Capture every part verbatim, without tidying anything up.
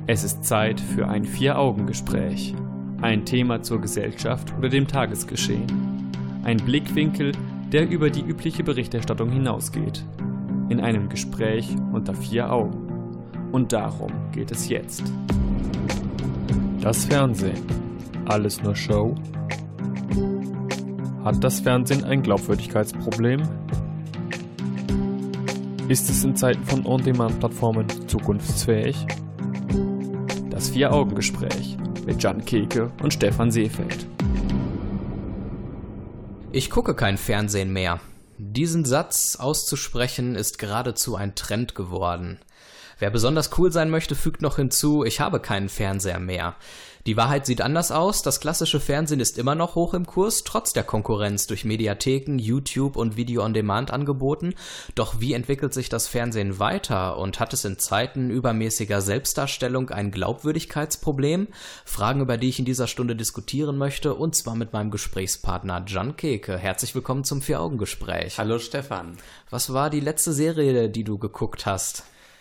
Es ist Zeit für ein Vier-Augen-Gespräch. Ein Thema zur Gesellschaft oder dem Tagesgeschehen. Ein Blickwinkel, der über die übliche Berichterstattung hinausgeht. In einem Gespräch unter vier Augen. Und darum geht es jetzt. Das Fernsehen. Alles nur Show? Hat das Fernsehen ein Glaubwürdigkeitsproblem? Ist es in Zeiten von On-Demand-Plattformen zukunftsfähig? Das Vier-Augen-Gespräch mit Jan Keke und Stefan Seefeld. Ich gucke kein Fernsehen mehr. Diesen Satz auszusprechen ist geradezu ein Trend geworden. Wer besonders cool sein möchte, fügt noch hinzu, ich habe keinen Fernseher mehr. Die Wahrheit sieht anders aus, das klassische Fernsehen ist immer noch hoch im Kurs, trotz der Konkurrenz durch Mediatheken, YouTube und Video-on-Demand-Angeboten. Doch wie entwickelt sich das Fernsehen weiter und hat es in Zeiten übermäßiger Selbstdarstellung ein Glaubwürdigkeitsproblem? Fragen, über die ich in dieser Stunde diskutieren möchte, und zwar mit meinem Gesprächspartner Jan Keke. Herzlich willkommen zum Vier-Augen-Gespräch. Hallo Stefan. Was war die letzte Serie, die du geguckt hast?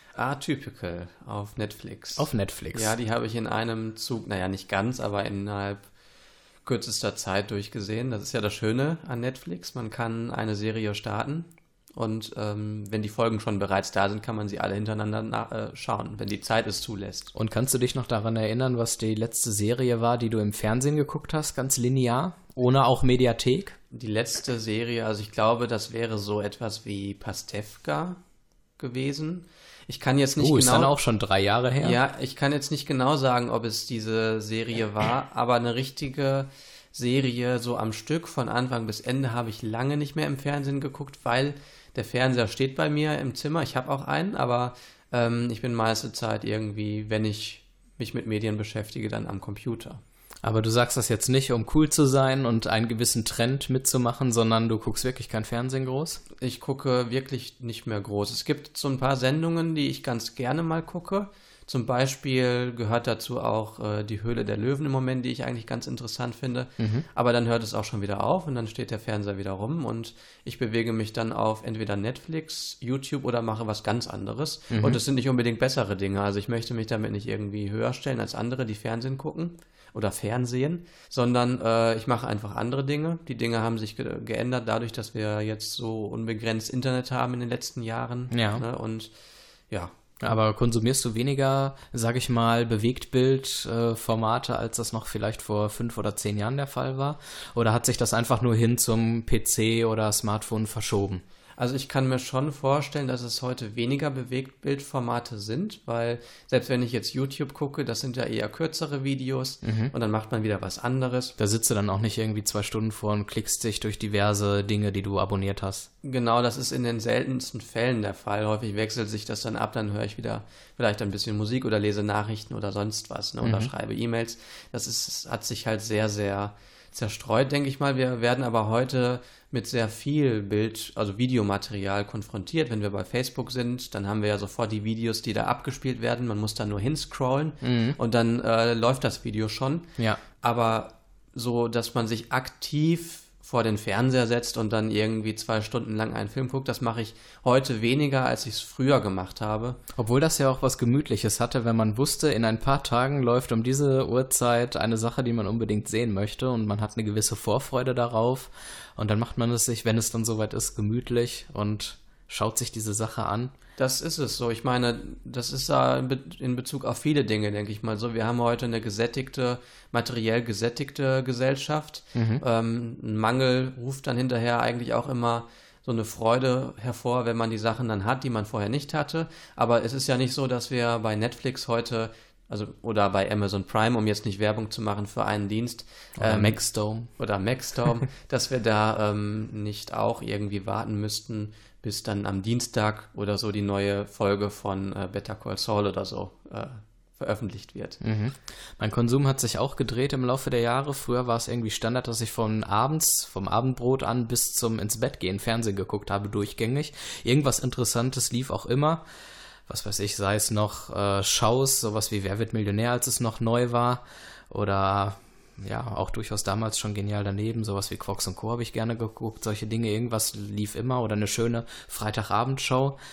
Atypical auf Netflix. Auf Netflix? Ja, die habe ich in einem Zug, naja, nicht ganz, aber innerhalb kürzester Zeit durchgesehen. Das ist ja das Schöne an Netflix. Man kann eine Serie starten und ähm, wenn die Folgen schon bereits da sind, kann man sie alle hintereinander nach, äh, schauen, wenn die Zeit es zulässt. Und kannst du dich noch daran erinnern, was die letzte Serie war, die du im Fernsehen geguckt hast, ganz linear, ohne auch Mediathek? Die letzte Serie, also ich glaube, das wäre so etwas wie Pastewka gewesen. Ich kann jetzt nicht uh, genau... ist dann auch schon drei Jahre her? Ja, ich kann jetzt nicht genau sagen, ob es diese Serie war, aber eine richtige Serie so am Stück von Anfang bis Ende habe ich lange nicht mehr im Fernsehen geguckt, weil der Fernseher steht bei mir im Zimmer. Ich habe auch einen, aber ähm, ich bin meiste Zeit irgendwie, wenn ich mich mit Medien beschäftige, dann am Computer. Aber du sagst das jetzt nicht, um cool zu sein und einen gewissen Trend mitzumachen, sondern du guckst wirklich kein Fernsehen groß? Ich gucke wirklich nicht mehr groß. Es gibt so ein paar Sendungen, die ich ganz gerne mal gucke. Zum Beispiel gehört dazu auch äh, die Höhle der Löwen im Moment, die ich eigentlich ganz interessant finde. Mhm. Aber dann hört es auch schon wieder auf und dann steht der Fernseher wieder rum und ich bewege mich dann auf entweder Netflix, YouTube oder mache was ganz anderes. Mhm. Und es sind nicht unbedingt bessere Dinge. Also ich möchte mich damit nicht irgendwie höher stellen als andere, die Fernsehen gucken oder Fernsehen, sondern äh, ich mache einfach andere Dinge. Die Dinge haben sich ge- geändert dadurch, dass wir jetzt so unbegrenzt Internet haben in den letzten Jahren. Ja. Ne? Und ja. Aber konsumierst du weniger, sag ich mal, Bewegtbild-Formate, als das noch vielleicht vor fünf oder zehn Jahren der Fall war? Oder hat sich das einfach nur hin zum P C oder Smartphone verschoben? Also ich kann mir schon vorstellen, dass es heute weniger Bewegtbildformate sind, weil selbst wenn ich jetzt YouTube gucke, das sind ja eher kürzere Videos mhm. und dann macht man wieder was anderes. Da sitzt du dann auch nicht irgendwie zwei Stunden vor und klickst dich durch diverse Dinge, die du abonniert hast. Genau, das ist in den seltensten Fällen der Fall. Häufig wechselt sich das dann ab, dann höre ich wieder vielleicht ein bisschen Musik oder lese Nachrichten oder sonst was, ne, oder mhm. schreibe E-Mails. Das ist, hat sich halt sehr, sehr zerstreut, denke ich mal. Wir werden aber heute mit sehr viel Bild, also Videomaterial konfrontiert. Wenn wir bei Facebook sind, dann haben wir ja sofort die Videos, die da abgespielt werden. Man muss da nur hinscrollen mhm. und dann äh, läuft das Video schon. Ja. Aber so, dass man sich aktiv vor den Fernseher setzt und dann irgendwie zwei Stunden lang einen Film guckt, das mache ich heute weniger, als ich es früher gemacht habe. Obwohl das ja auch was Gemütliches hatte, wenn man wusste, in ein paar Tagen läuft um diese Uhrzeit eine Sache, die man unbedingt sehen möchte und man hat eine gewisse Vorfreude darauf und dann macht man es sich, wenn es dann soweit ist, gemütlich und schaut sich diese Sache an. Das ist es so. Ich meine, das ist da in Bezug auf viele Dinge, denke ich mal so. Wir haben heute eine gesättigte, materiell gesättigte Gesellschaft. Mhm. Ähm, ein Mangel ruft dann hinterher eigentlich auch immer so eine Freude hervor, wenn man die Sachen dann hat, die man vorher nicht hatte. Aber es ist ja nicht so, dass wir bei Netflix heute, also oder bei Amazon Prime, um jetzt nicht Werbung zu machen für einen Dienst. Oder ähm, Maxdome. Oder Maxdome, dass wir da ähm, nicht auch irgendwie warten müssten, bis dann am Dienstag oder so die neue Folge von äh, Better Call Saul oder so äh, veröffentlicht wird. Mhm. Mein Konsum hat sich auch gedreht im Laufe der Jahre. Früher war es irgendwie Standard, dass ich von abends, vom Abendbrot an bis zum ins Bett gehen Fernsehen geguckt habe, durchgängig. Irgendwas Interessantes lief auch immer. Was weiß ich, sei es noch äh, Shows, sowas wie Wer wird Millionär, als es noch neu war. Oder ja, auch durchaus damals schon genial daneben. Sowas wie Quarks und Co. habe ich gerne geguckt. Solche Dinge, irgendwas lief immer. Oder eine schöne Freitagabendshow.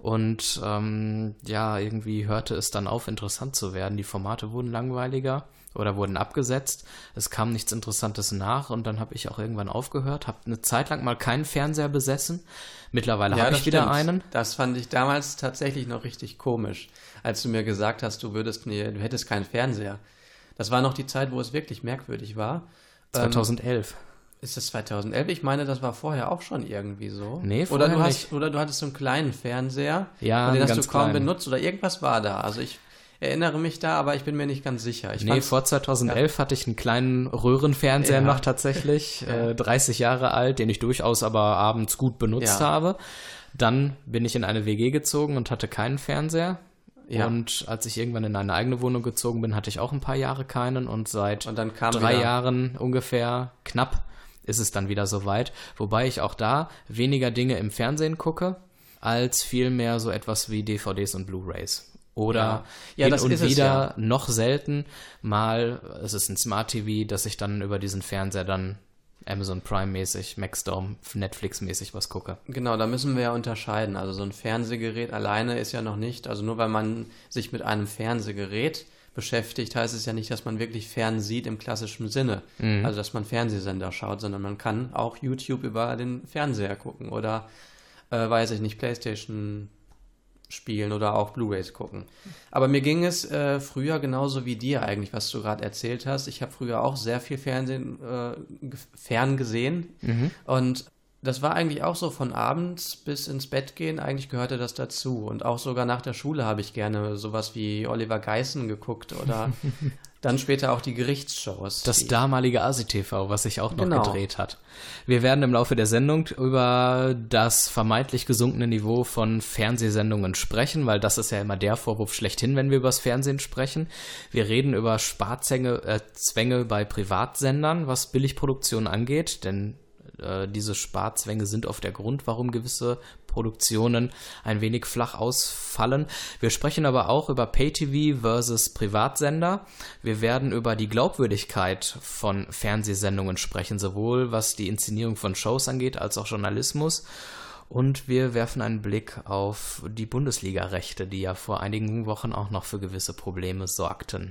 Und ähm, ja, irgendwie hörte es dann auf, interessant zu werden. Die Formate wurden langweiliger oder wurden abgesetzt. Es kam nichts Interessantes nach und dann habe ich auch irgendwann aufgehört, habe eine Zeit lang mal keinen Fernseher besessen. Mittlerweile Ja, habe das ich wieder stimmt. einen. Das fand ich damals tatsächlich noch richtig komisch, als du mir gesagt hast, du würdest, nee, du hättest keinen Fernseher. Das war noch die Zeit, wo es wirklich merkwürdig war. zweitausendelf. Ähm, ist das zweitausendelf? Ich meine, das war vorher auch schon irgendwie so. Nee, oder vorher du hast, nicht. Oder du hattest so einen kleinen Fernseher, Ja, und den einen hast ganz du kaum kleinen. benutzt oder irgendwas war da. Also ich erinnere mich da, aber ich bin mir nicht ganz sicher. Ich Nee, fand's- vor zweitausendelf hatte ich einen kleinen Röhrenfernseher Ja. noch tatsächlich, Ja. äh, dreißig Jahre alt, den ich durchaus aber abends gut benutzt Ja. habe. Dann bin ich in eine W G gezogen und hatte keinen Fernseher. Ja. Und als ich irgendwann in eine eigene Wohnung gezogen bin, hatte ich auch ein paar Jahre keinen. Und seit Und dann kam drei wieder- Jahren ungefähr, knapp, ist es dann wieder soweit. Wobei ich auch da weniger Dinge im Fernsehen gucke, als vielmehr so etwas wie D V Ds und Blu-Rays. Oder Ja. Ja, hin das und ist es wieder ja. noch selten mal, es ist ein Smart T V, dass ich dann über diesen Fernseher dann Amazon Prime-mäßig, Maxdome, Netflix-mäßig was gucke. Genau, da müssen wir ja unterscheiden. Also so ein Fernsehgerät alleine ist ja noch nicht, also nur weil man sich mit einem Fernsehgerät beschäftigt, heißt es ja nicht, dass man wirklich fernsieht im klassischen Sinne. Mhm. Also dass man Fernsehsender schaut, sondern man kann auch YouTube über den Fernseher gucken oder, äh, weiß ich nicht, PlayStation spielen oder auch Blu-rays gucken. Aber mir ging es äh, früher genauso wie dir eigentlich, was du gerade erzählt hast. Ich habe früher auch sehr viel Fernsehen äh, ge- ferngesehen und das war eigentlich auch so von abends bis ins Bett gehen, eigentlich gehörte das dazu. Und auch sogar nach der Schule habe ich gerne sowas wie Oliver Geissen geguckt oder dann später auch die Gerichtsshows. Das die, damalige ASI-T V, was sich auch noch Genau. gedreht hat. Wir werden im Laufe der Sendung über das vermeintlich gesunkene Niveau von Fernsehsendungen sprechen, weil das ist ja immer der Vorwurf schlechthin, wenn wir über das Fernsehen sprechen. Wir reden über Sparzwänge äh, Zwänge bei Privatsendern, was Billigproduktion angeht, denn äh, diese Sparzwänge sind oft der Grund, warum gewisse Produktionen ein wenig flach ausfallen. Wir sprechen aber auch über Pay-T V versus Privatsender. Wir werden über die Glaubwürdigkeit von Fernsehsendungen sprechen, sowohl was die Inszenierung von Shows angeht, als auch Journalismus. Und wir werfen einen Blick auf die Bundesliga-Rechte, die ja vor einigen Wochen auch noch für gewisse Probleme sorgten.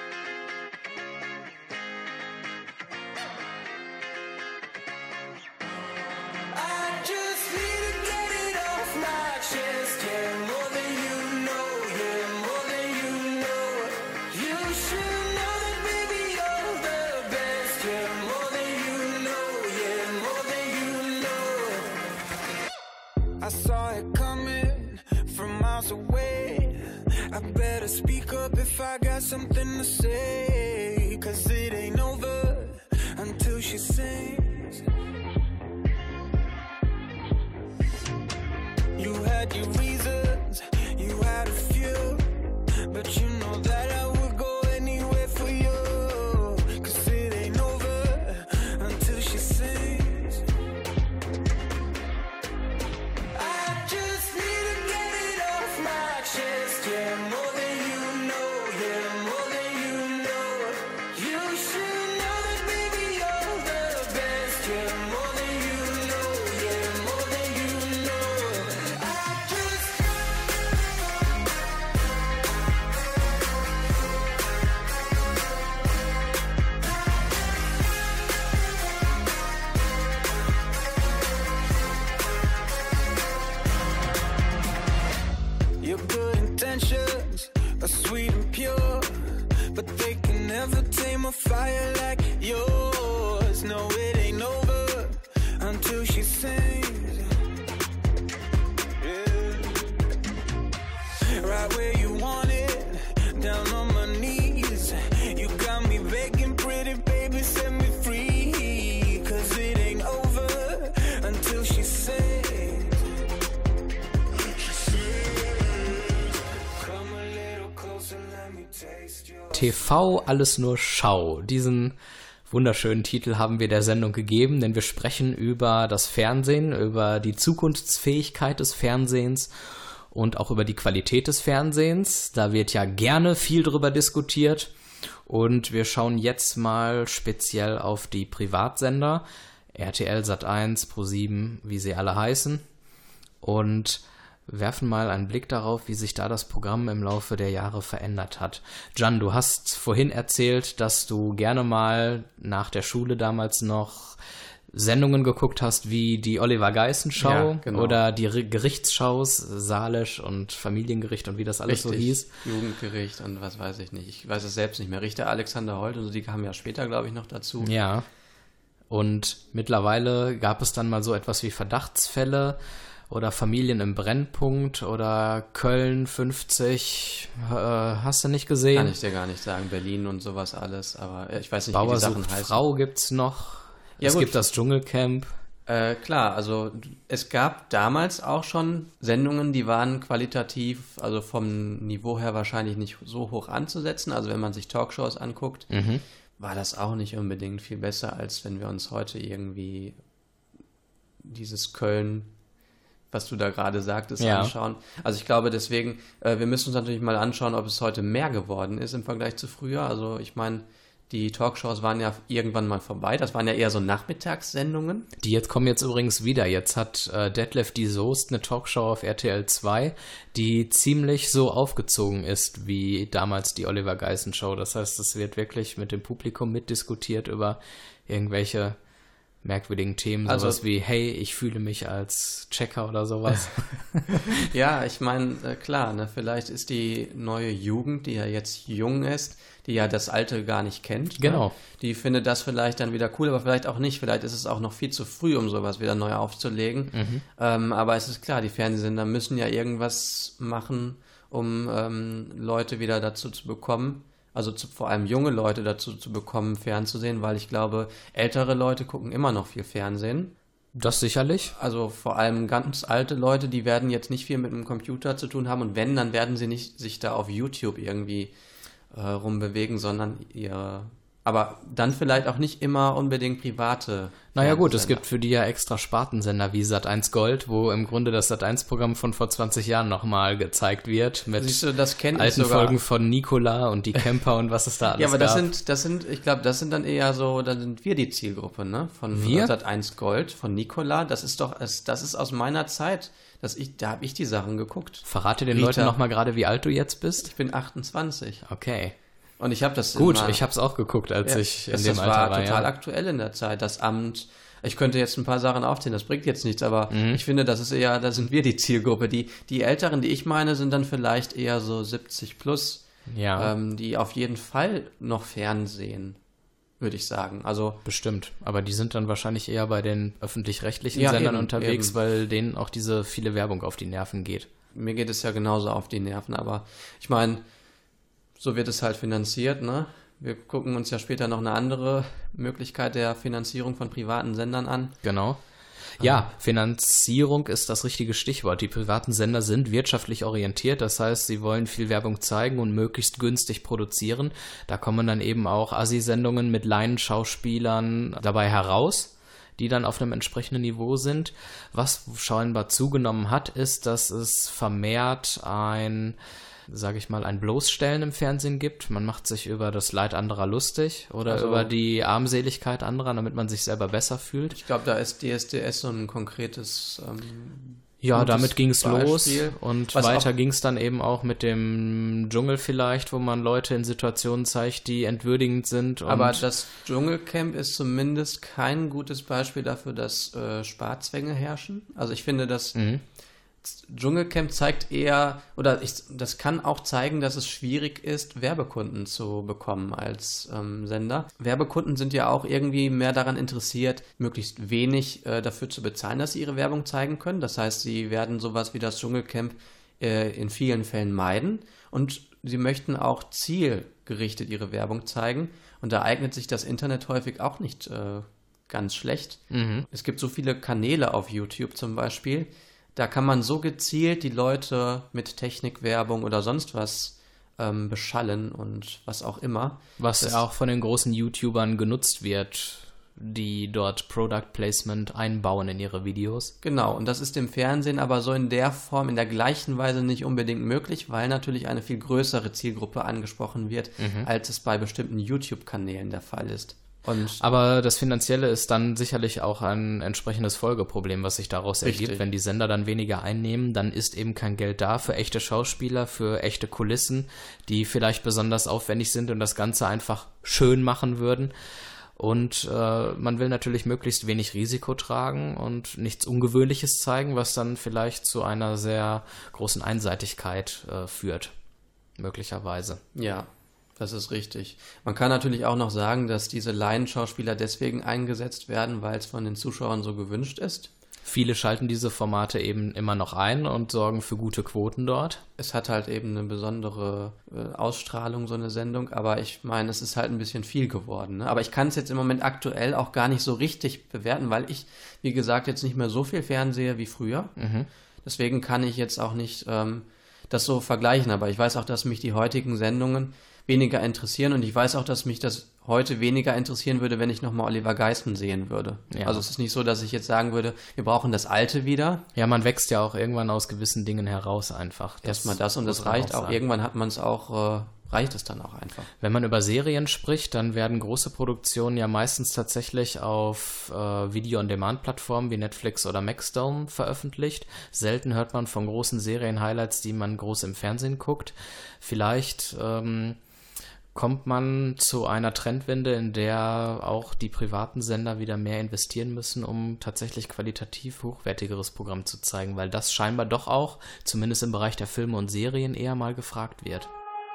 I just need to get it off my chest. Yeah, more than you know. Yeah, more than you know. You should know that, baby, you're the best. Yeah, more than you know. Yeah, more than you know. I saw it coming from miles away. I better speak up if I got something to say. 'Cause it ain't over until she sings. You had your reasons, you had a few, but you know that I would go anywhere for you. 'Cause it ain't over until she sings. I just need to get it off my chest. Yeah, more than you know. Yeah, more than you know. You should know that, baby, you're the best. Yeah, more than you know. Yeah, more than you know. I just Your good intentions are sweet and pure, but they can never tame a fire like yours. No, it ain't over until she sings. Yeah. Right where you want it, down on my knees. You got me begging, pretty baby, set me free. 'Cause it ain't over until she sings. Come a little closer, let me taste your T V, alles nur Schau. Diesen wunderschönen Titel haben wir der Sendung gegeben, denn wir sprechen über das Fernsehen, über die Zukunftsfähigkeit des Fernsehens und auch über die Qualität des Fernsehens. Da wird ja gerne viel drüber diskutiert und wir schauen jetzt mal speziell auf die Privatsender, R T L, Sat eins, ProSieben, wie sie alle heißen. Und werfen mal einen Blick darauf, wie sich da das Programm im Laufe der Jahre verändert hat. Gian, du hast vorhin erzählt, dass du gerne mal nach der Schule damals noch Sendungen geguckt hast, wie die Oliver-Geißen-Show Ja, genau. oder die Re- Gerichtsshows, Salisch und Familiengericht und wie das alles so hieß. Jugendgericht und was weiß ich nicht. Ich weiß es selbst nicht mehr. Richter Alexander Holt und so, die kamen ja später, glaube ich, noch dazu. Ja. Und mittlerweile gab es dann mal so etwas wie Verdachtsfälle oder Familien im Brennpunkt oder Köln fünfzig. Äh, hast du nicht gesehen? Kann ich dir gar nicht sagen. Berlin und sowas alles. Aber äh, ich weiß nicht, wie Bauer die Sachen sucht heißen. Frau gibt's noch. Ja, es gut. gibt das Dschungelcamp. Äh, klar, also es gab damals auch schon Sendungen, die waren qualitativ, also vom Niveau her wahrscheinlich nicht so hoch anzusetzen. Also wenn man sich Talkshows anguckt, Mhm. war das auch nicht unbedingt viel besser, als wenn wir uns heute irgendwie dieses Köln, was du da gerade sagtest, Ja. anschauen. Also ich glaube deswegen, äh, wir müssen uns natürlich mal anschauen, ob es heute mehr geworden ist im Vergleich zu früher. Also ich meine, die Talkshows waren ja irgendwann mal vorbei. Das waren ja eher so Nachmittagssendungen. Die jetzt kommen jetzt übrigens wieder. Jetzt hat äh, Detlef die Soest eine Talkshow auf R T L zwei, die ziemlich so aufgezogen ist wie damals die Oliver Geißen Show. Das heißt, es wird wirklich mit dem Publikum mitdiskutiert über irgendwelche merkwürdigen Themen, Also- sowas wie, hey, ich fühle mich als Checker oder sowas. Ja, ich meine, äh, klar, ne, vielleicht ist die neue Jugend, die ja jetzt jung ist, die ja das Alte gar nicht kennt. Genau. Ne? Die findet das vielleicht dann wieder cool, aber vielleicht auch nicht. Vielleicht ist es auch noch viel zu früh, um sowas wieder neu aufzulegen. Mhm. Ähm, aber es ist klar, die Fernsehsender müssen ja irgendwas machen, um ähm, Leute wieder dazu zu bekommen, also zu, vor allem junge Leute dazu zu bekommen, fernzusehen, weil ich glaube, ältere Leute gucken immer noch viel Fernsehen. Das sicherlich. Also vor allem ganz alte Leute, die werden jetzt nicht viel mit dem Computer zu tun haben und wenn, dann werden sie nicht sich da auf YouTube irgendwie äh, rumbewegen, sondern ihr, aber dann vielleicht auch nicht immer unbedingt private. Naja gut, es Fernsehsender. gibt für die ja extra Spartensender wie Sat eins Gold, wo im Grunde das Sat eins Programm von vor zwanzig Jahren nochmal gezeigt wird, mit Siehst du, das kenne ich alten sogar. Folgen von Nicola und die Camper und was es da alles Ja, aber das gab. sind, das sind, ich glaube, das sind dann eher so, da sind wir die Zielgruppe, ne? Von Wir? Sat eins Gold, von Nicola. Das ist doch, das, das ist aus meiner Zeit, dass ich, da habe ich die Sachen geguckt. Verrate den Rita. Leuten nochmal gerade, wie alt du jetzt bist. Ich bin achtundzwanzig Okay. und ich habe das Gut, immer- ich hab's auch geguckt, als Ja, ich in das, dem das Alter war war. total ja. aktuell in der Zeit. Das Amt, ich könnte jetzt ein paar Sachen aufzählen, das bringt jetzt nichts, aber Mhm. ich finde, das ist eher, da sind wir die Zielgruppe. Die, die Älteren, die ich meine, sind dann vielleicht eher so siebzig plus, Ja, ähm, die auf jeden Fall noch Fernsehen, würde ich sagen. Also bestimmt. Aber die sind dann wahrscheinlich eher bei den öffentlich-rechtlichen Ja, Sendern eben, unterwegs, eben. weil denen auch diese viele Werbung auf die Nerven geht. mir geht es ja genauso auf die Nerven, aber ich meine, so wird es halt finanziert, ne? Wir gucken uns ja später noch eine andere Möglichkeit der Finanzierung von privaten Sendern an. Genau. Ja, Finanzierung ist das richtige Stichwort. Die privaten Sender sind wirtschaftlich orientiert, das heißt, sie wollen viel Werbung zeigen und möglichst günstig produzieren. Da kommen dann eben auch Assi-Sendungen mit Laienschauspielern dabei heraus, die dann auf einem entsprechenden Niveau sind. Was scheinbar zugenommen hat, ist, dass es vermehrt ein, sage ich mal, ein Bloßstellen im Fernsehen gibt. Man macht sich über das Leid anderer lustig oder Also- über die Armseligkeit anderer, damit man sich selber besser fühlt. Ich glaube, da ist D S D S so ein konkretes ähm, Ja, gutes damit ging's los Beispiel. und Was weiter auch- ging's dann eben auch mit dem Dschungel vielleicht, wo man Leute in Situationen zeigt, die entwürdigend sind. Und Aber das Dschungelcamp ist zumindest kein gutes Beispiel dafür, dass äh, Sparzwänge herrschen. Also ich finde, das Mhm. Dschungelcamp zeigt eher, oder ich, das kann auch zeigen, dass es schwierig ist, Werbekunden zu bekommen als ähm, Sender. Werbekunden sind ja auch irgendwie mehr daran interessiert, möglichst wenig äh, dafür zu bezahlen, dass sie ihre Werbung zeigen können. Das heißt, sie werden sowas wie das Dschungelcamp äh, in vielen Fällen meiden und sie möchten auch zielgerichtet ihre Werbung zeigen. Und da eignet sich das Internet häufig auch nicht äh, ganz schlecht. Mhm. Es gibt so viele Kanäle auf YouTube zum Beispiel, da kann man so gezielt die Leute mit Technikwerbung oder sonst was ähm, beschallen und was auch immer. was das- auch von den großen YouTubern genutzt wird, die dort Product Placement einbauen in ihre Videos. Genau, und das ist im Fernsehen aber so in der Form, in der gleichen Weise nicht unbedingt möglich, weil natürlich eine viel größere Zielgruppe angesprochen wird, als es bei bestimmten YouTube-Kanälen der Fall ist. Und Aber das Finanzielle ist dann sicherlich auch ein entsprechendes Folgeproblem, was sich daraus Richtig. ergibt. Wenn die Sender dann weniger einnehmen, dann ist eben kein Geld da für echte Schauspieler, für echte Kulissen, die vielleicht besonders aufwendig sind und das Ganze einfach schön machen würden. Und äh, man will natürlich möglichst wenig Risiko tragen und nichts Ungewöhnliches zeigen, was dann vielleicht zu einer sehr großen Einseitigkeit äh, führt, möglicherweise. ja, das ist richtig. Man kann natürlich auch noch sagen, dass diese Laienschauspieler deswegen eingesetzt werden, weil es von den Zuschauern so gewünscht ist. Viele schalten diese Formate eben immer noch ein und sorgen für gute Quoten dort. Es hat halt eben eine besondere äh, Ausstrahlung, so eine Sendung, aber ich meine, es ist halt ein bisschen viel geworden. Ne? Aber ich kann es jetzt im Moment aktuell auch gar nicht so richtig bewerten, weil ich, wie gesagt, jetzt nicht mehr so viel fernsehe wie früher. Mhm. Deswegen kann ich jetzt auch nicht ähm, das so vergleichen, aber ich weiß auch, dass mich die heutigen Sendungen weniger interessieren und ich weiß auch, dass mich das heute weniger interessieren würde, wenn ich nochmal Oliver Geismann sehen würde. Ja. Also es ist nicht so, dass ich jetzt sagen würde, wir brauchen das Alte wieder. Ja, man wächst ja auch irgendwann aus gewissen Dingen heraus einfach. Erstmal das und muss das man reicht auch. sagen. Irgendwann hat man es auch, äh, reicht es dann auch einfach. Wenn man über Serien spricht, dann werden große Produktionen ja meistens tatsächlich auf äh, Video-on-Demand-Plattformen wie Netflix oder Maxdome veröffentlicht. Selten hört man von großen Serien-Highlights, die man groß im Fernsehen guckt. Vielleicht ähm, kommt man zu einer Trendwende, in der auch die privaten Sender wieder mehr investieren müssen, um tatsächlich qualitativ hochwertigeres Programm zu zeigen, weil das scheinbar doch auch, zumindest im Bereich der Filme und Serien, eher mal gefragt wird.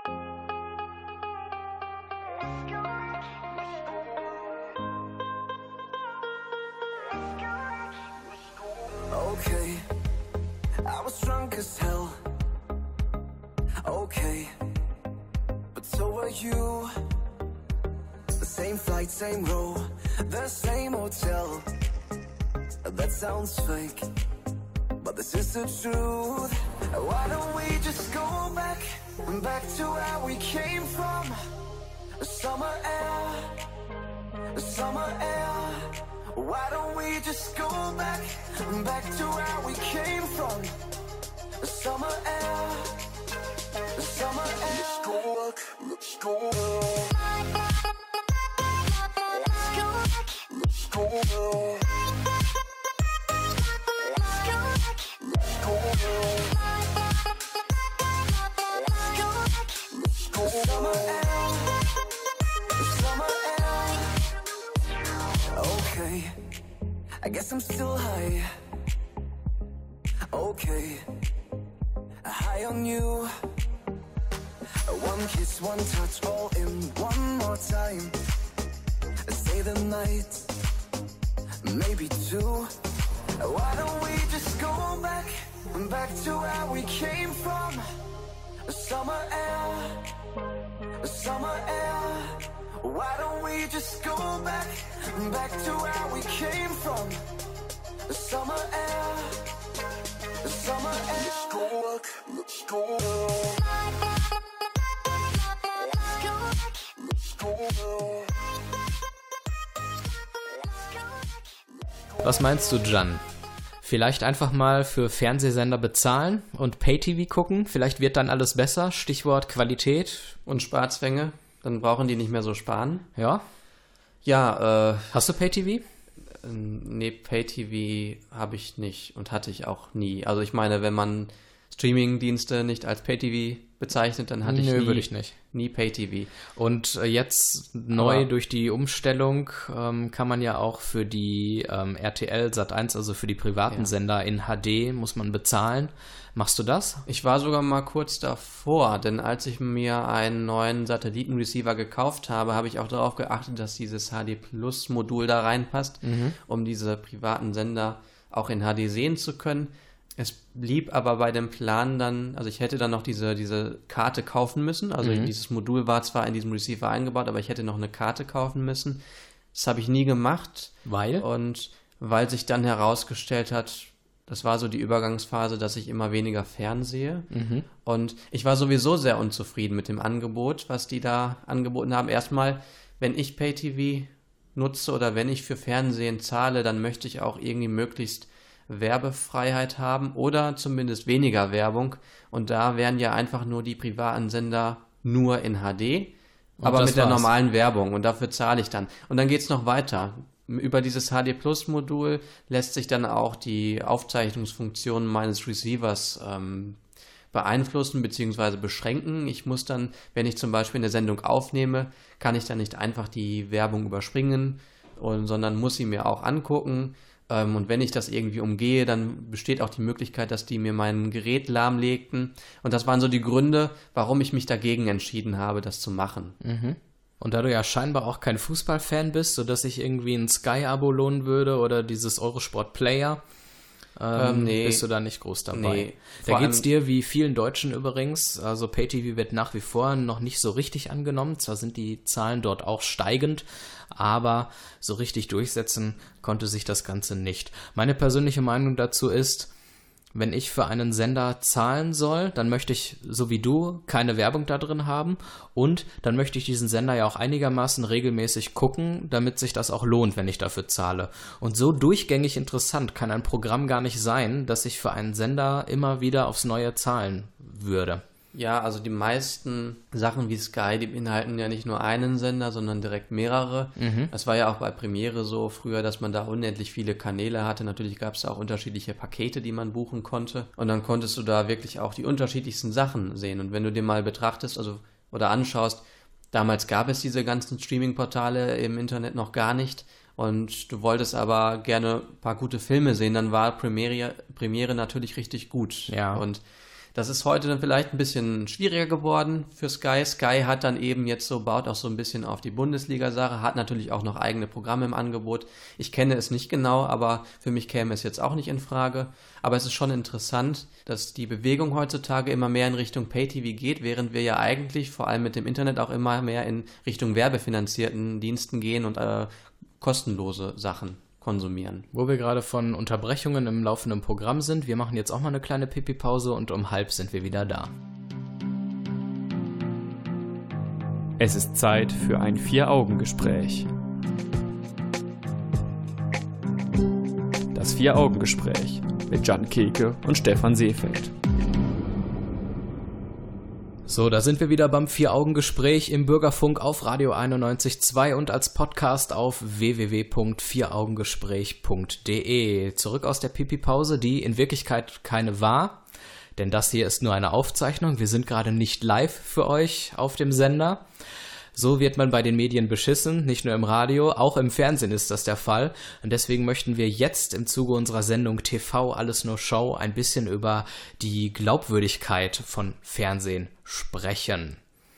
Okay, I was drunk as hell. Okay, but so were you. The same flight, same row, the same hotel. That sounds fake, but this is the truth. Why don't we just go back, back to where we came from? Summer air, summer air. Why don't we just go back, back to where we came from? Summer air, summer air. Let's go back, let's go back. Let's go back. Let's go back. Let's go back. Summer air, summer air. Okay, I guess I'm still high. Okay, high on you. One kiss, one touch, all in one more time. Stay the night, maybe two. Why don't we just go back, back to where we came from? Summer air, summer air. Why don't we just go back, back to where we came from? Summer air, summer air. Let's go back, let's go back. Let's go back. Was meinst du, Jan? Vielleicht einfach mal für Fernsehsender bezahlen und Pay-T V gucken? Vielleicht wird dann alles besser. Stichwort Qualität. Und Sparzwänge, dann brauchen die nicht mehr so sparen. Ja. Ja, äh, Hast du Pay-T V? nee, Pay-T V habe ich nicht und hatte ich auch nie. Also ich meine, wenn man Streaming-Dienste nicht als Pay-T V bezeichnet, dann hatte ich Nö, nie, würde ich nicht. nie Pay-T V. Und äh, jetzt neu Aber- durch die Umstellung ähm, kann man ja auch für die ähm, R T L Sat eins, also für die privaten Ja. Sender in H D, muss man bezahlen. Machst du das? Ich war sogar mal kurz davor, denn als ich mir einen neuen Satellitenreceiver gekauft habe, habe ich auch darauf geachtet, dass dieses H D Plus Modul da reinpasst, um diese privaten Sender auch in H D sehen zu können. Es blieb aber bei dem Plan dann, also ich hätte dann noch diese, diese Karte kaufen müssen, also dieses Modul war zwar in diesem Receiver eingebaut, aber ich hätte noch eine Karte kaufen müssen. Das habe ich nie gemacht. Weil? Und weil sich dann herausgestellt hat, das war so die Übergangsphase, dass ich immer weniger fernsehe. Und ich war sowieso sehr unzufrieden mit dem Angebot, was die da angeboten haben. Erstmal, wenn ich Pay-T V nutze oder wenn ich für Fernsehen zahle, dann möchte ich auch irgendwie möglichst Werbefreiheit haben oder zumindest weniger Werbung. Und da wären ja einfach nur die privaten Sender nur in H D. Aber das mit der war's. normalen Werbung und dafür zahle ich dann. Und dann geht's noch weiter. Über dieses H D Plus Modul lässt sich dann auch die Aufzeichnungsfunktion meines Receivers ähm, beeinflussen bzw. beschränken. Ich muss dann, wenn ich zum Beispiel eine Sendung aufnehme, kann ich dann nicht einfach die Werbung überspringen, und, sondern muss sie mir auch angucken. Ähm, und wenn ich das irgendwie umgehe, dann besteht auch die Möglichkeit, dass die mir mein Gerät lahmlegten. Und das waren so die Gründe, warum ich mich dagegen entschieden habe, das zu machen. Mhm. Und da du ja scheinbar auch kein Fußballfan bist, sodass ich irgendwie ein Sky-Abo lohnen würde oder dieses Eurosport Player, ähm, Ähm, nee. bist du da nicht groß dabei. Nee. Da Vor geht's allem- dir wie vielen Deutschen übrigens. Also Pay-T V wird nach wie vor noch nicht so richtig angenommen. Zwar sind die Zahlen dort auch steigend, aber so richtig durchsetzen konnte sich das Ganze nicht. Meine persönliche Meinung dazu ist, wenn ich für einen Sender zahlen soll, dann möchte ich, so wie du, keine Werbung da drin haben und dann möchte ich diesen Sender ja auch einigermaßen regelmäßig gucken, damit sich das auch lohnt, wenn ich dafür zahle. Und so durchgängig interessant kann ein Programm gar nicht sein, dass ich für einen Sender immer wieder aufs Neue zahlen würde. Ja, also die meisten Sachen wie Sky, die beinhalten ja nicht nur einen Sender, sondern direkt mehrere. Das war ja auch bei Premiere so früher, dass man da unendlich viele Kanäle hatte. Natürlich gab es da auch unterschiedliche Pakete, die man buchen konnte. Und dann konntest du da wirklich auch die unterschiedlichsten Sachen sehen. Und wenn du dir mal betrachtest, also oder anschaust, damals gab es diese ganzen Streaming-Portale im Internet noch gar nicht. Und du wolltest aber gerne ein paar gute Filme sehen, dann war Premiere, Premiere natürlich richtig gut. Ja. Und das ist heute dann vielleicht ein bisschen schwieriger geworden für Sky. Sky hat dann eben jetzt so, baut auch so ein bisschen auf die Bundesliga-Sache, hat natürlich auch noch eigene Programme im Angebot. Ich kenne es nicht genau, aber für mich käme es jetzt auch nicht in Frage. Aber es ist schon interessant, dass die Bewegung heutzutage immer mehr in Richtung Pay-T V geht, während wir ja eigentlich vor allem mit dem Internet auch immer mehr in Richtung werbefinanzierten Diensten gehen und äh, kostenlose Sachen konsumieren. Wo wir gerade von Unterbrechungen im laufenden Programm sind, wir machen jetzt auch mal eine kleine Pipi-Pause und um halb sind wir wieder da. Es ist Zeit für ein Vier-Augen-Gespräch. Das Vier-Augen-Gespräch mit Jan Keke und Stefan Seefeld. So, da sind wir wieder beim Vier-Augen-Gespräch im Bürgerfunk auf Radio einundneunzig Komma zwei und als Podcast auf w w w punkt vier augengespräch punkt d e. Zurück aus der Pipi-Pause, die in Wirklichkeit keine war, denn das hier ist nur eine Aufzeichnung. Wir sind gerade nicht live für euch auf dem Sender. So wird man bei den Medien beschissen, nicht nur im Radio, auch im Fernsehen ist das der Fall. Und deswegen möchten wir jetzt im Zuge unserer Sendung T V Alles nur Show ein bisschen über die Glaubwürdigkeit von Fernsehen sprechen.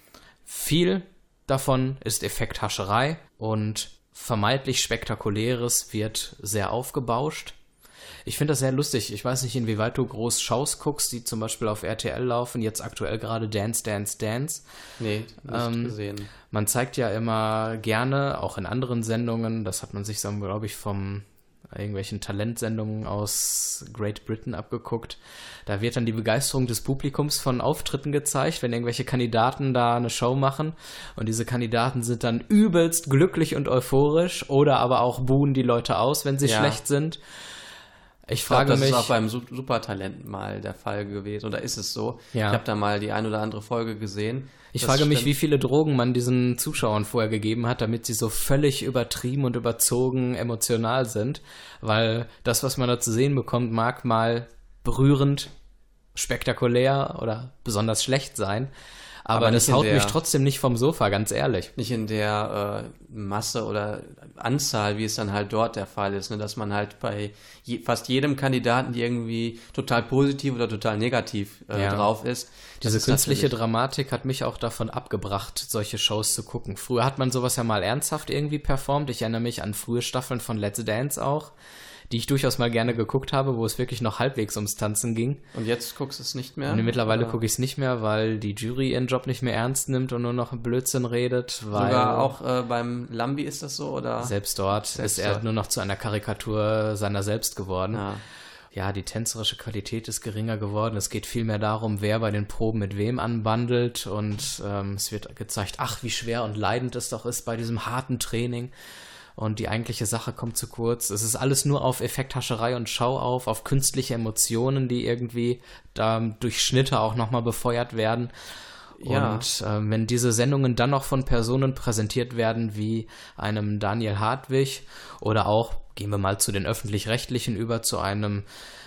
Viel davon ist Effekthascherei und vermeintlich Spektakuläres wird sehr aufgebauscht. Ich finde das sehr lustig. Ich weiß nicht, inwieweit du groß Shows guckst, die zum Beispiel auf R T L laufen. Jetzt aktuell gerade Dance, Dance, Dance. Nee, nicht Ähm, gesehen. Man zeigt ja immer gerne, auch in anderen Sendungen, das hat man sich, so, glaube ich, vom irgendwelchen Talentsendungen aus Great Britain abgeguckt. Da wird dann die Begeisterung des Publikums von Auftritten gezeigt, wenn irgendwelche Kandidaten da eine Show machen. Und diese Kandidaten sind dann übelst glücklich und euphorisch oder aber auch buhen die Leute aus, wenn sie Ja. schlecht sind. Ich Ich glaube, frage das mich, ist auch beim Su- Supertalent mal der Fall gewesen. Oder ist es so? Ja. Ich habe da mal die ein oder andere Folge gesehen. ich Das frage mich, stimmt. wie viele Drogen man diesen Zuschauern vorher gegeben hat, damit sie so völlig übertrieben und überzogen emotional sind. Weil das, was man da zu sehen bekommt, mag mal berührend, spektakulär oder besonders schlecht sein. Aber, Aber das nicht in haut der- mich trotzdem nicht vom Sofa, ganz ehrlich. Nicht in der äh, Masse oder Anzahl, wie es dann halt dort der Fall ist, ne? Dass man halt bei je, fast jedem Kandidaten die irgendwie total positiv oder total negativ äh, Ja. drauf ist. Das Diese ist künstliche natürlich- Dramatik hat mich auch davon abgebracht, solche Shows zu gucken. Früher hat man sowas ja mal ernsthaft irgendwie performt. Ich erinnere mich an frühe Staffeln von Let's Dance auch, die ich durchaus mal gerne geguckt habe, wo es wirklich noch halbwegs ums Tanzen ging. Und jetzt guckst du es nicht mehr? Und mittlerweile Oder gucke ich es nicht mehr, weil die Jury ihren Job nicht mehr ernst nimmt und nur noch Blödsinn redet. Weil Sogar auch äh, beim Lambi ist das so, oder? selbst dort Selbst ist er dort. nur noch zu einer Karikatur seiner selbst geworden. Ja. Ja, die tänzerische Qualität ist geringer geworden. Es geht vielmehr darum, wer bei den Proben mit wem anbandelt. Und ähm, es wird gezeigt, ach, wie schwer und leidend es doch ist bei diesem harten Training. Und die eigentliche Sache kommt zu kurz. Es ist alles nur auf Effekthascherei und Schau auf, auf künstliche Emotionen, die irgendwie da durch Schnitte auch nochmal befeuert werden. Ja. Und äh, wenn diese Sendungen dann noch von Personen präsentiert werden wie einem Daniel Hartwig oder auch, gehen wir mal zu den Öffentlich-Rechtlichen über, zu einem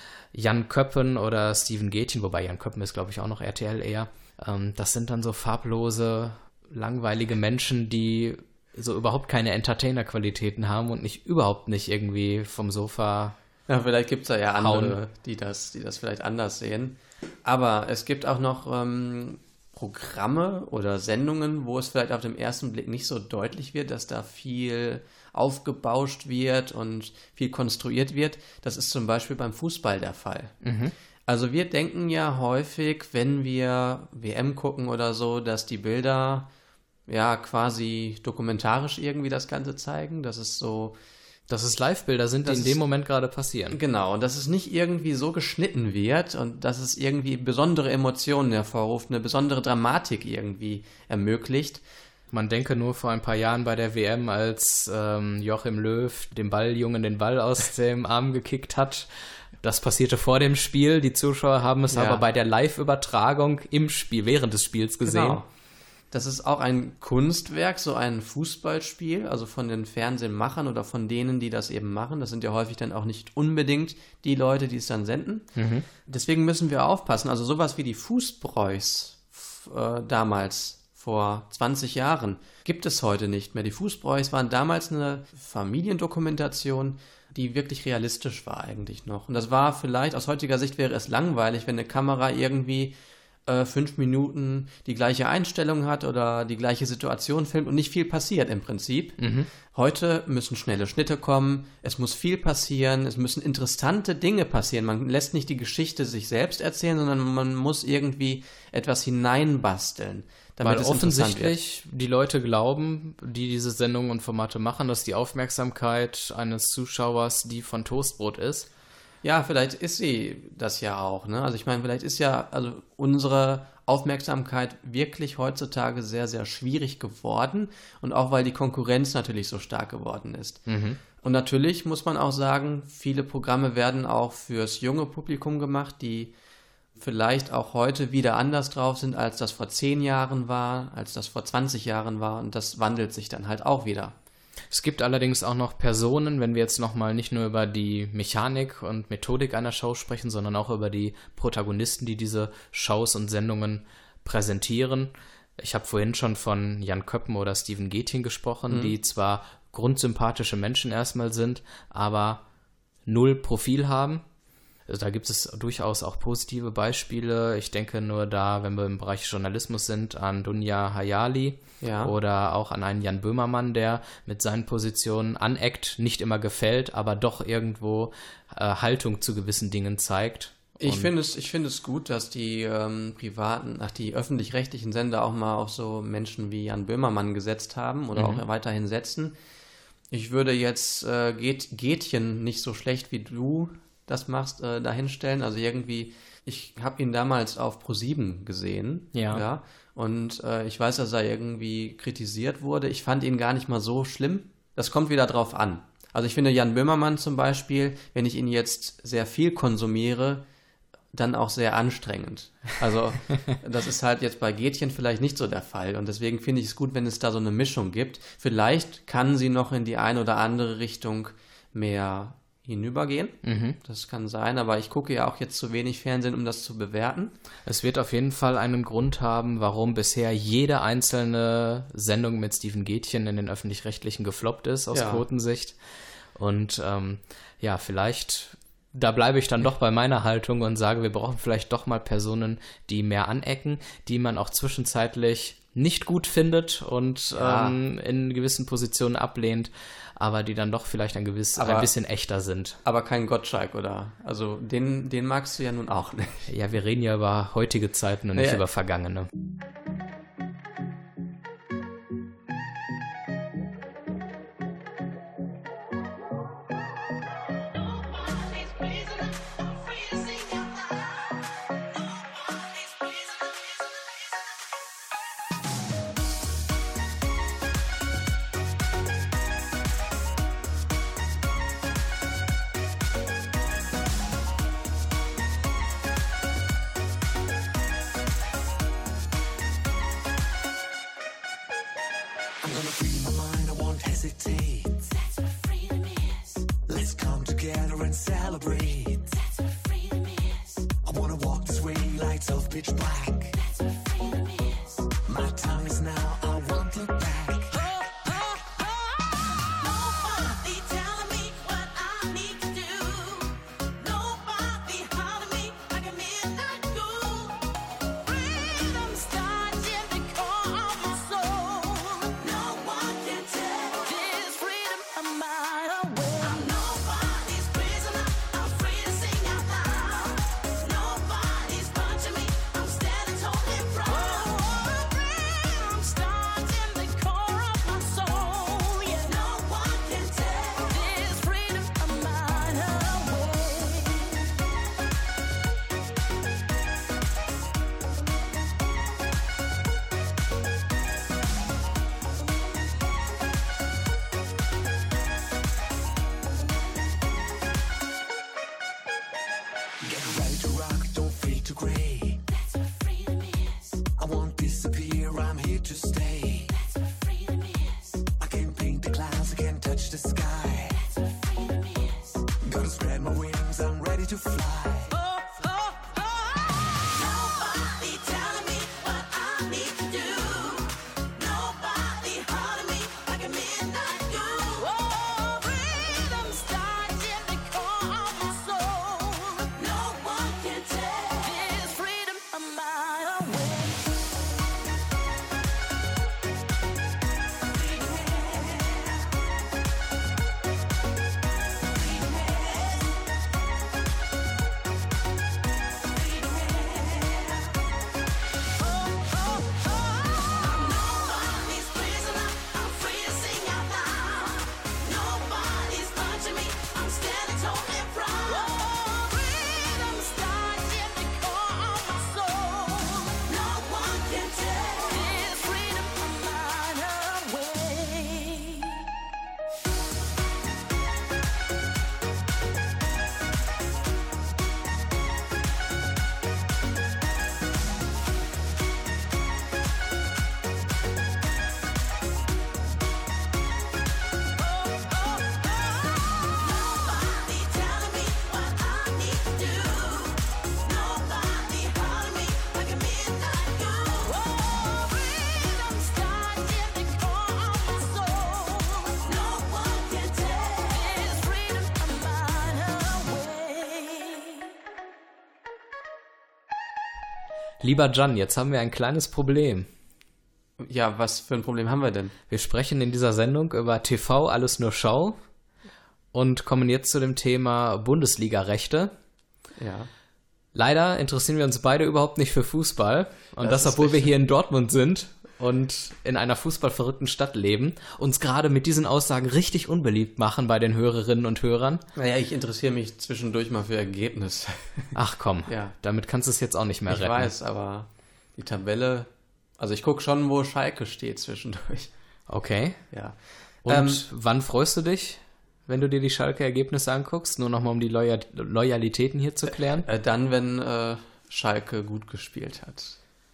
Jan Köppen oder Steven Gätjen, wobei Jan Köppen ist, glaube ich, auch noch R T L eher. Ähm, das sind dann so farblose, langweilige Menschen, die so überhaupt keine Entertainer-Qualitäten haben und nicht überhaupt nicht irgendwie vom Sofa. Ja, vielleicht gibt es da ja andere, Hauen. die das, die das vielleicht anders sehen. Aber es gibt auch noch ähm, Programme oder Sendungen, wo es vielleicht auf den ersten Blick nicht so deutlich wird, dass da viel aufgebauscht wird und viel konstruiert wird. Das ist zum Beispiel beim Fußball der Fall. Mhm. Also wir denken ja häufig, wenn wir W M gucken oder so, dass die Bilder ja quasi dokumentarisch irgendwie das Ganze zeigen. Das ist so... Dass es Live-Bilder sind, die Das in dem ist- Moment gerade passieren. Genau, und dass es nicht irgendwie so geschnitten wird und dass es irgendwie besondere Emotionen hervorruft, eine besondere Dramatik irgendwie ermöglicht. Man denke nur vor ein paar Jahren bei der W M, als ähm, Joachim Löw dem Balljungen den Ball aus dem Arm gekickt hat. Das passierte vor dem Spiel. Die Zuschauer haben es Ja. aber bei der Live-Übertragung im Spiel, während des Spiels gesehen. Genau. Das ist auch ein Kunstwerk, so ein Fußballspiel, also von den Fernsehmachern oder von denen, die das eben machen. Das sind ja häufig dann auch nicht unbedingt die Leute, die es dann senden. Deswegen müssen wir aufpassen. Also sowas wie die Fußbräus f- äh, damals, vor zwanzig Jahren, gibt es heute nicht mehr. Die Fußbräus waren damals eine Familiendokumentation, die wirklich realistisch war eigentlich noch. Und das war vielleicht, aus heutiger Sicht wäre es langweilig, wenn eine Kamera irgendwie äh, fünf Minuten die gleiche Einstellung hat oder die gleiche Situation filmt und nicht viel passiert im Prinzip. Heute müssen schnelle Schnitte kommen, es muss viel passieren, es müssen interessante Dinge passieren. Man lässt nicht die Geschichte sich selbst erzählen, sondern man muss irgendwie etwas hineinbasteln, damit Weil es interessant wird. offensichtlich die Leute glauben, die diese Sendungen und Formate machen, dass die Aufmerksamkeit eines Zuschauers die von Toastbrot ist. Ja, vielleicht ist sie das ja auch, ne? Also ich meine, vielleicht ist ja also unsere Aufmerksamkeit wirklich heutzutage sehr, sehr schwierig geworden und auch weil die Konkurrenz natürlich so stark geworden ist. Und natürlich muss man auch sagen, viele Programme werden auch fürs junge Publikum gemacht, die vielleicht auch heute wieder anders drauf sind, als das vor zehn Jahren war, als das vor zwanzig Jahren war und das wandelt sich dann halt auch wieder. Es gibt allerdings auch noch Personen, wenn wir jetzt nochmal nicht nur über die Mechanik und Methodik einer Show sprechen, sondern auch über die Protagonisten, die diese Shows und Sendungen präsentieren. Ich habe vorhin schon von Jan Köppen oder Steven Gätjen gesprochen, die zwar grundsympathische Menschen erstmal sind, aber null Profil haben. Also da gibt es durchaus auch positive Beispiele. Ich denke nur da, wenn wir im Bereich Journalismus sind, an Dunja Hayali Ja. oder auch an einen Jan Böhmermann, der mit seinen Positionen aneckt, nicht immer gefällt, aber doch irgendwo äh, Haltung zu gewissen Dingen zeigt. Ich Und- finde es, ich finde es gut, dass die ähm, privaten, ach die öffentlich-rechtlichen Sender auch mal auf so Menschen wie Jan Böhmermann gesetzt haben oder auch weiterhin setzen. Ich würde jetzt äh, Gät, Gätjen nicht so schlecht wie du das machst, äh, dahinstellen. Also irgendwie, ich habe ihn damals auf ProSieben gesehen. Ja. ja und äh, ich weiß, dass er irgendwie kritisiert wurde. Ich fand ihn gar nicht mal so schlimm. Das kommt wieder drauf an. Also ich finde Jan Böhmermann zum Beispiel, wenn ich ihn jetzt sehr viel konsumiere, dann auch sehr anstrengend. Also das ist halt jetzt bei Gätjen vielleicht nicht so der Fall und deswegen finde ich es gut, wenn es da so eine Mischung gibt. Vielleicht kann sie noch in die eine oder andere Richtung mehr hinübergehen. Das kann sein, aber ich gucke ja auch jetzt zu wenig Fernsehen, um das zu bewerten. Es wird auf jeden Fall einen Grund haben, warum bisher jede einzelne Sendung mit Steven Gätjen in den Öffentlich-Rechtlichen gefloppt ist, aus Ja. Quotensicht. Und ähm, ja, vielleicht, da bleibe ich dann doch bei meiner Haltung und sage, wir brauchen vielleicht doch mal Personen, die mehr anecken, die man auch zwischenzeitlich nicht gut findet und Ja. ähm, in gewissen Positionen ablehnt, aber die dann doch vielleicht ein, gewiss, Aber- ein bisschen echter sind. Aber kein Gottschalk, oder? Also den, den magst du ja nun auch nicht. Ja, wir reden ja über heutige Zeiten und nicht Ja. über vergangene. Gonna free my mind, I won't hesitate. That's what freedom is. Let's come together and celebrate. That's what freedom is. I wanna walk this way, lights of pitch black. That's what freedom is. My time is now, I won't look back. Nobody telling me what I need to do. Nobody holding me like a midnight cool. Freedom starts in the core of my soul. No one can take this freedom of mine away. I'm nobody's prisoner. I'm free to sing out loud. Nobody's punching me. I'm standing totally proud. Freedom starts in the core of my soul. Yeah, no one can take this freedom of mine away. Get ready to rock, don't fade to gray. That's what freedom is. I won't disappear, I'm here to stay. That's what freedom is. I can paint the clouds, I can touch the sky. That's what freedom is. Gonna spread my wings, I'm ready to fly. Nobody telling me what I need to do. Nobody holding me like a midnight cool. Oh, freedom starts in the core of my soul. No one can take this freedom of mine away. Nobody's prisoner. I'm free to sing out loud. Nobody's punching me. I'm standing totally proud. Freedom starts in the core of my soul. No one can take this freedom of mine away. Nobody telling me what I need to do. Nobody holding me like a midnight cool. Oh, freedom starts in the core of my soul. No one can take this freedom of mine away. Lieber Jan, jetzt haben wir ein kleines Problem. Ja, was für ein Problem haben wir denn? Wir sprechen in dieser Sendung über T V, alles nur Schau und kommen jetzt zu dem Thema Bundesliga-Rechte. Ja. Leider interessieren wir uns beide überhaupt nicht für Fußball. Und das, Das ist obwohl wir richtig. hier in Dortmund sind und in einer fußballverrückten Stadt leben, uns gerade mit diesen Aussagen richtig unbeliebt machen bei den Hörerinnen und Hörern. Naja, ich interessiere mich zwischendurch mal für Ergebnisse. Ach komm, Ja. damit kannst du es jetzt auch nicht mehr Ich retten. weiß, aber die Tabelle, also ich gucke schon, wo Schalke steht zwischendurch. Okay. Ja. Und Ähm, wann freust du dich, wenn du dir die Schalke-Ergebnisse anguckst? Nur nochmal, um die Loyal Loyalitäten hier zu klären. Äh, dann, wenn äh, Schalke gut gespielt hat.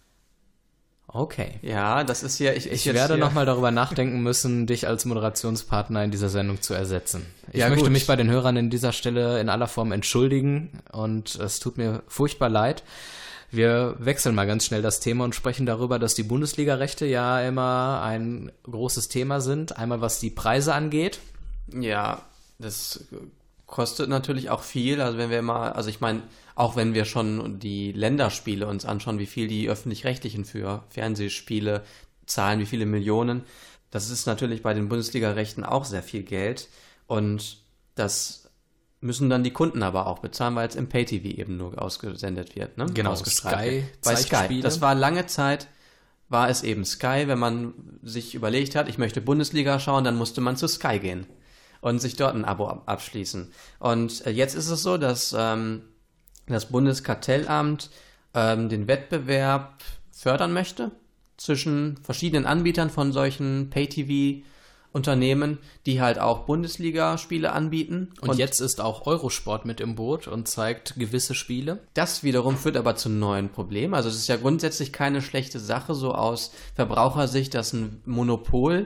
Okay. Ja, das ist ja... Ich, Ich jetzt werde hier- nochmal darüber nachdenken müssen, dich als Moderationspartner in dieser Sendung zu ersetzen. Ich Ja, möchte gut. mich bei den Hörern in dieser Stelle in aller Form entschuldigen und es tut mir furchtbar leid. Wir wechseln mal ganz schnell das Thema und sprechen darüber, dass die Bundesliga-Rechte ja immer ein großes Thema sind. Einmal was die Preise angeht. Ja, das kostet natürlich auch viel. Also wenn wir mal, also ich meine, auch wenn wir schon die Länderspiele uns anschauen, wie viel die Öffentlich-Rechtlichen für Fernsehspiele zahlen, wie viele Millionen, das ist natürlich bei den Bundesliga-Rechten auch sehr viel Geld. Und das müssen dann die Kunden aber auch bezahlen, weil es im Pay-T V eben nur ausgesendet wird. Ne? Genau, Ausgestrahlt Sky wird. Bei zeigt Sky. Spiele. Das war lange Zeit, war es eben Sky. Wenn man sich überlegt hat, ich möchte Bundesliga schauen, dann musste man zu Sky gehen und sich dort ein Abo ab- abschließen. Und äh, jetzt ist es so, dass ähm, das Bundeskartellamt ähm, den Wettbewerb fördern möchte zwischen verschiedenen Anbietern von solchen Pay-T V-Unternehmen, die halt auch Bundesliga-Spiele anbieten. Und, jetzt ist auch Eurosport mit im Boot und zeigt gewisse Spiele. Das wiederum führt aber zu neuen Problemen. Also es ist ja grundsätzlich keine schlechte Sache, so aus Verbrauchersicht, dass ein Monopol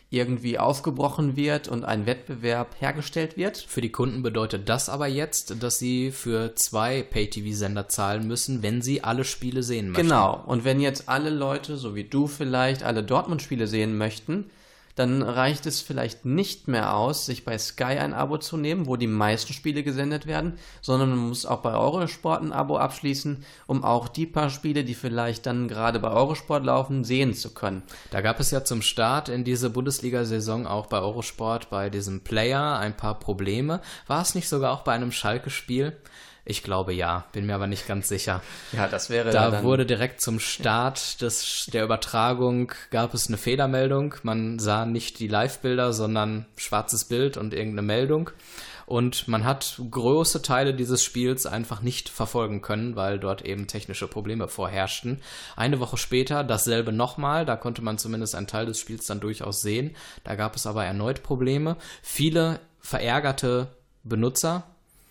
irgendwie aufgebrochen wird und ein Wettbewerb hergestellt wird. Für die Kunden bedeutet das aber jetzt, dass sie für zwei Pay-T V-Sender zahlen müssen, wenn sie alle Spiele sehen möchten. Genau. Und wenn jetzt alle Leute, so wie du vielleicht, alle Dortmund-Spiele sehen möchten, dann reicht es vielleicht nicht mehr aus, sich bei Sky ein Abo zu nehmen, wo die meisten Spiele gesendet werden, sondern man muss auch bei Eurosport ein Abo abschließen, um auch die paar Spiele, die vielleicht dann gerade bei Eurosport laufen, sehen zu können. Da gab es ja zum Start in diese Bundesliga-Saison auch bei Eurosport, bei diesem Player, ein paar Probleme. War es nicht sogar auch bei einem Schalke-Spiel? Ich glaube ja, bin mir aber nicht ganz sicher. Ja, das wäre Da dann wurde direkt zum Start des, der Übertragung, gab es eine Fehlermeldung. Man sah nicht die Live-Bilder, sondern schwarzes Bild und irgendeine Meldung. Und man hat große Teile dieses Spiels einfach nicht verfolgen können, weil dort eben technische Probleme vorherrschten. Eine Woche später dasselbe nochmal, da konnte man zumindest einen Teil des Spiels dann durchaus sehen. Da gab es aber erneut Probleme. Viele verärgerte Benutzer.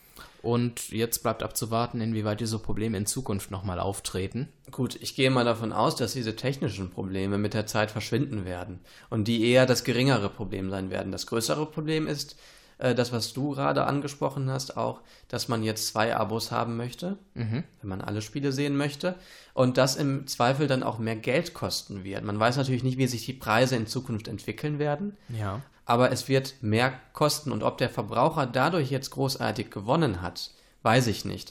Und jetzt bleibt abzuwarten, inwieweit diese Probleme in Zukunft nochmal auftreten. Gut, ich gehe mal davon aus, dass diese technischen Probleme mit der Zeit verschwinden werden und die eher das geringere Problem sein werden. Das größere Problem ist, äh, das, was du gerade angesprochen hast, auch, dass man jetzt zwei Abos haben möchte, mhm. wenn man alle Spiele sehen möchte und das im Zweifel dann auch mehr Geld kosten wird. Man weiß natürlich nicht, wie sich die Preise in Zukunft entwickeln werden. Ja. Aber es wird mehr kosten und ob der Verbraucher dadurch jetzt großartig gewonnen hat, weiß ich nicht.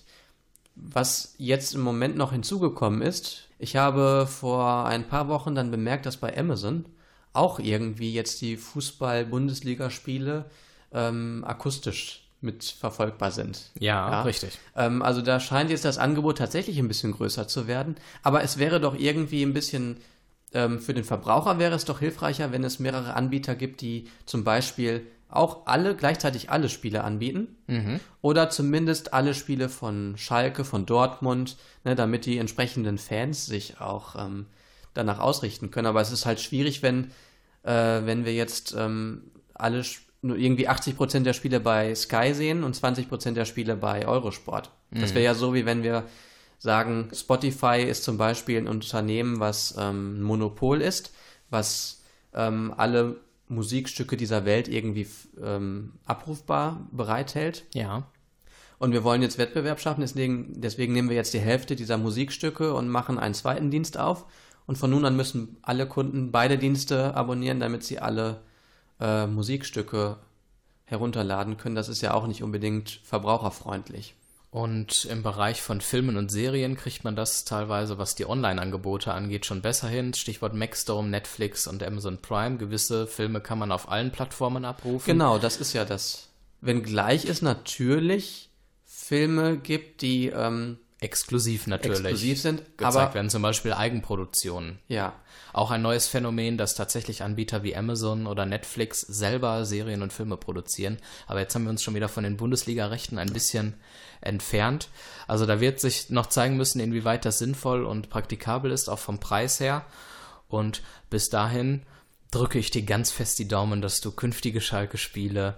Was jetzt im Moment noch hinzugekommen ist, ich habe vor ein paar Wochen dann bemerkt, dass bei Amazon auch irgendwie jetzt die Fußball-Bundesligaspiele ähm, akustisch mit verfolgbar sind. Ja, ja. Richtig. Ähm, also da scheint jetzt das Angebot tatsächlich ein bisschen größer zu werden, aber es wäre doch irgendwie ein bisschen... Für den Verbraucher wäre es doch hilfreicher, wenn es mehrere Anbieter gibt, die zum Beispiel auch alle, gleichzeitig alle Spiele anbieten mhm. oder zumindest alle Spiele von Schalke, von Dortmund, ne, damit die entsprechenden Fans sich auch ähm, danach ausrichten können. Aber es ist halt schwierig, wenn, äh, wenn wir jetzt ähm, alle nur irgendwie achtzig Prozent der Spiele bei Sky sehen und zwanzig Prozent der Spiele bei Eurosport. Mhm. Das wäre ja so, wie wenn wir sagen, Spotify ist zum Beispiel ein Unternehmen, was ähm, ein Monopol ist, was ähm, alle Musikstücke dieser Welt irgendwie ähm, abrufbar bereithält. Ja. Und wir wollen jetzt Wettbewerb schaffen, deswegen, deswegen nehmen wir jetzt die Hälfte dieser Musikstücke und machen einen zweiten Dienst auf. Und von nun an müssen alle Kunden beide Dienste abonnieren, damit sie alle äh, Musikstücke herunterladen können. Das ist ja auch nicht unbedingt verbraucherfreundlich. Und im Bereich von Filmen und Serien kriegt man das teilweise, was die Online-Angebote angeht, schon besser hin. Stichwort Maxdome, Netflix und Amazon Prime. Gewisse Filme kann man auf allen Plattformen abrufen. Genau, das ist ja das. Wenngleich es natürlich Filme gibt, die ähm, exklusiv natürlich exklusiv sind, gezeigt aber werden, zum Beispiel Eigenproduktionen. Ja. Auch ein neues Phänomen, dass tatsächlich Anbieter wie Amazon oder Netflix selber Serien und Filme produzieren. Aber jetzt haben wir uns schon wieder von den Bundesliga-Rechten ein bisschen entfernt. Also da wird sich noch zeigen müssen, inwieweit das sinnvoll und praktikabel ist, auch vom Preis her. Und bis dahin drücke ich dir ganz fest die Daumen, dass du künftige Schalke-Spiele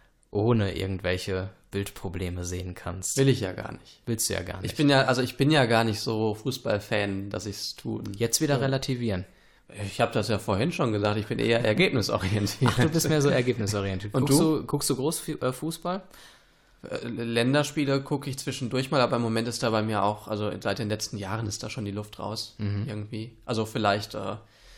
ohne irgendwelche Bildprobleme sehen kannst. Will ich ja gar nicht. Willst du ja gar nicht. Ich bin ja, also ich bin ja gar nicht so Fußballfan, dass ich es tue. Jetzt wieder so. relativieren. Ich habe das ja vorhin schon gesagt, ich bin eher ergebnisorientiert. Ach, du bist mehr so ergebnisorientiert. Und guckst du? du? Guckst du groß äh, Fußball? Äh, Länderspiele gucke ich zwischendurch mal, aber im Moment ist da bei mir auch, also seit den letzten Jahren ist da schon die Luft raus, mhm. irgendwie. Also vielleicht äh,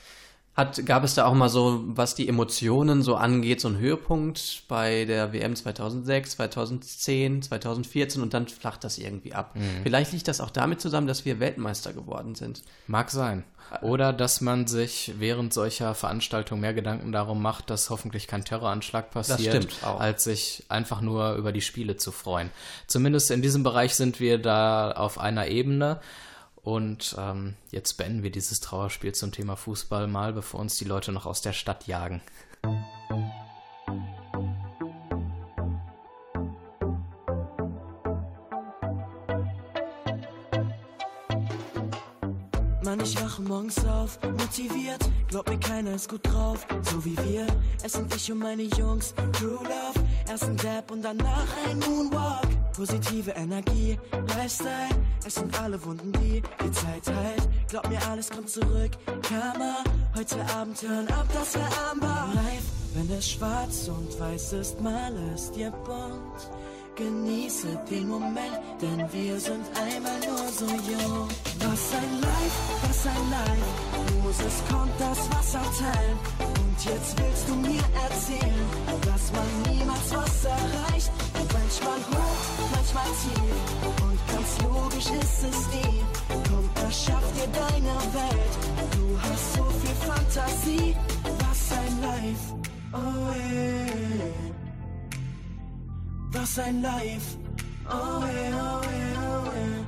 hat, gab es da auch mal so, was die Emotionen so angeht, so einen Höhepunkt bei der W M zweitausendsechs, zweitausendzehn, zweitausendvierzehn und dann flacht das irgendwie ab. Mhm. Vielleicht liegt das auch damit zusammen, dass wir Weltmeister geworden sind. Mag sein. Oder dass man sich während solcher Veranstaltungen mehr Gedanken darum macht, dass hoffentlich kein Terroranschlag passiert, das stimmt auch. Als sich einfach nur über die Spiele zu freuen. Zumindest in diesem Bereich sind wir da auf einer Ebene. Und ähm, jetzt beenden wir dieses Trauerspiel zum Thema Fußball mal, bevor uns die Leute noch aus der Stadt jagen. Mann, ich wache morgens auf, motiviert, glaub mir, keiner ist gut drauf, so wie wir. Es sind ich und meine Jungs, True Love, erst ein Dab und danach ein Moonwalk. Positive Energie, Lifestyle, Es sind alle Wunden, die die Zeit heilt. Glaub mir, alles kommt zurück. Karma, heute Abend hören ab, das wär Amber. Live, wenn es schwarz und weiß ist, mal ist dir bunt. Genieße den Moment, denn wir sind einmal nur so jung. Was ein Life, was ein Life. Moses kommt das Wasser teilen. Und jetzt willst du mir erzählen, dass man niemals was erreicht. Manchmal hoch, manchmal tief. Und ganz logisch ist es eh. Komm, erschaff dir deine Welt. Du hast so viel Fantasie. Was ein Life, oh yeah. Was ein Life, oh yeah, oh yeah, oh yeah.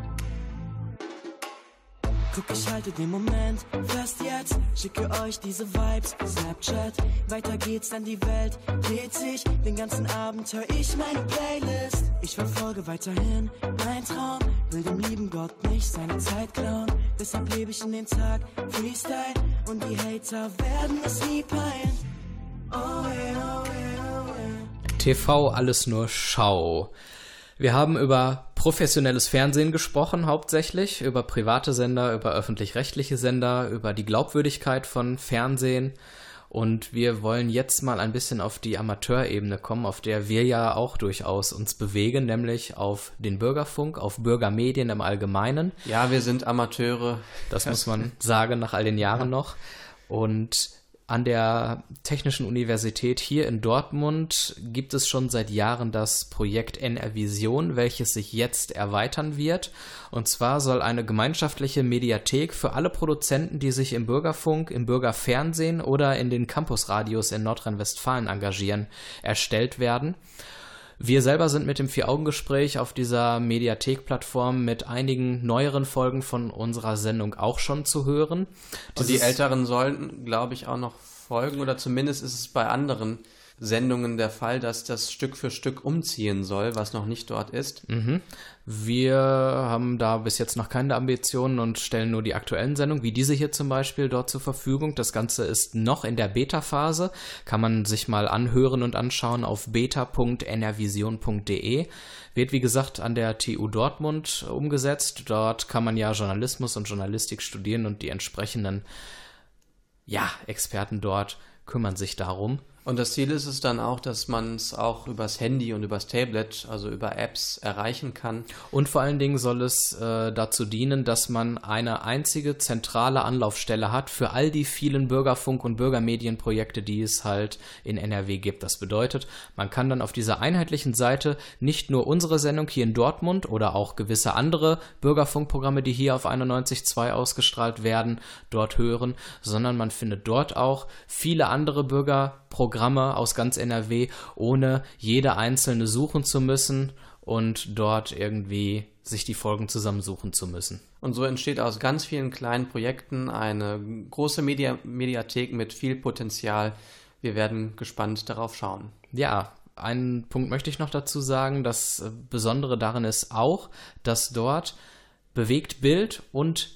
Guck, ich halte den Moment fest jetzt. Schicke euch diese Vibes, Snapchat. Weiter geht's, denn die Welt dreht sich. Den ganzen Abend hör ich meine Playlist. Ich verfolge weiterhin mein Traum. Will dem lieben Gott nicht seine Zeit klauen. Deshalb lebe ich in den Tag Freestyle. Und die Hater werden es nie peilen. Oh yeah, oh yeah, oh yeah. T V alles nur Schau. Wir haben über professionelles Fernsehen gesprochen, hauptsächlich, über private Sender, über öffentlich-rechtliche Sender, über die Glaubwürdigkeit von Fernsehen. Und wir wollen jetzt mal ein bisschen auf die Amateurebene kommen, auf der wir ja auch durchaus uns bewegen, nämlich auf den Bürgerfunk, auf Bürgermedien im Allgemeinen. Ja, wir sind Amateure. Das muss man sagen, nach all den Jahren noch. Und an der Technischen Universität hier in Dortmund gibt es schon seit Jahren das Projekt N R Vision, welches sich jetzt erweitern wird. Und zwar soll eine gemeinschaftliche Mediathek für alle Produzenten, die sich im Bürgerfunk, im Bürgerfernsehen oder in den Campusradios in Nordrhein-Westfalen engagieren, erstellt werden. Wir selber sind mit dem Vier-Augen-Gespräch auf dieser Mediathek-Plattform mit einigen neueren Folgen von unserer Sendung auch schon zu hören. Und die Älteren sollten, glaube ich, auch noch folgen, oder zumindest ist es bei anderen Sendungen der Fall, dass das Stück für Stück umziehen soll, was noch nicht dort ist. Mhm. Wir haben da bis jetzt noch keine Ambitionen und stellen nur die aktuellen Sendungen, wie diese hier zum Beispiel, dort zur Verfügung. Das Ganze ist noch in der Beta-Phase, kann man sich mal anhören und anschauen auf beta punkt n r vision punkt d e. Wird, wie gesagt, an der T U Dortmund umgesetzt. Dort kann man ja Journalismus und Journalistik studieren und die entsprechenden ja, Experten dort kümmern sich darum. Und das Ziel ist es dann auch, dass man es auch übers Handy und übers Tablet, also über Apps, erreichen kann. Und vor allen Dingen soll es äh, dazu dienen, dass man eine einzige zentrale Anlaufstelle hat für all die vielen Bürgerfunk- und Bürgermedienprojekte, die es halt in N R W gibt. Das bedeutet, man kann dann auf dieser einheitlichen Seite nicht nur unsere Sendung hier in Dortmund oder auch gewisse andere Bürgerfunkprogramme, die hier auf einundneunzig Komma zwei ausgestrahlt werden, dort hören, sondern man findet dort auch viele andere Bürgerprogramme Programme aus ganz N R W, ohne jede einzelne suchen zu müssen und dort irgendwie sich die Folgen zusammensuchen zu müssen. Und so entsteht aus ganz vielen kleinen Projekten eine große Media- Mediathek mit viel Potenzial. Wir werden gespannt darauf schauen. Ja, einen Punkt möchte ich noch dazu sagen. Das Besondere darin ist auch, dass dort Bewegtbild und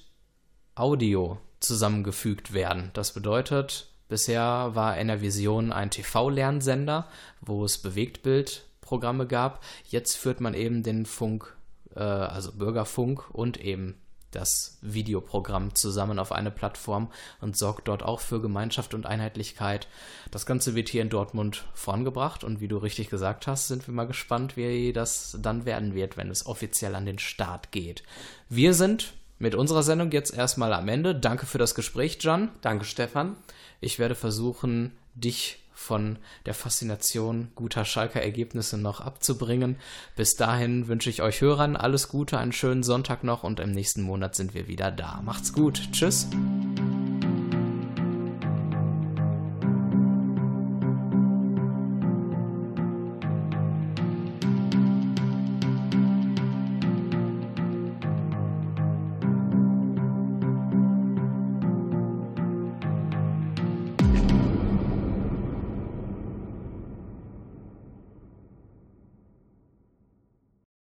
Audio zusammengefügt werden. Das bedeutet, bisher war N R Vision ein T V-Lernsender, wo es Bewegtbildprogramme gab. Jetzt führt man eben den Funk, äh, also Bürgerfunk und eben das Videoprogramm zusammen auf eine Plattform und sorgt dort auch für Gemeinschaft und Einheitlichkeit. Das Ganze wird hier in Dortmund vorangebracht und wie du richtig gesagt hast, sind wir mal gespannt, wie das dann werden wird, wenn es offiziell an den Start geht. Wir sind mit unserer Sendung jetzt erstmal am Ende. Danke für das Gespräch, Can. Danke, Stefan. Ich werde versuchen, dich von der Faszination guter Schalker Ergebnisse noch abzubringen. Bis dahin wünsche ich euch Hörern alles Gute, einen schönen Sonntag noch und im nächsten Monat sind wir wieder da. Macht's gut. Tschüss.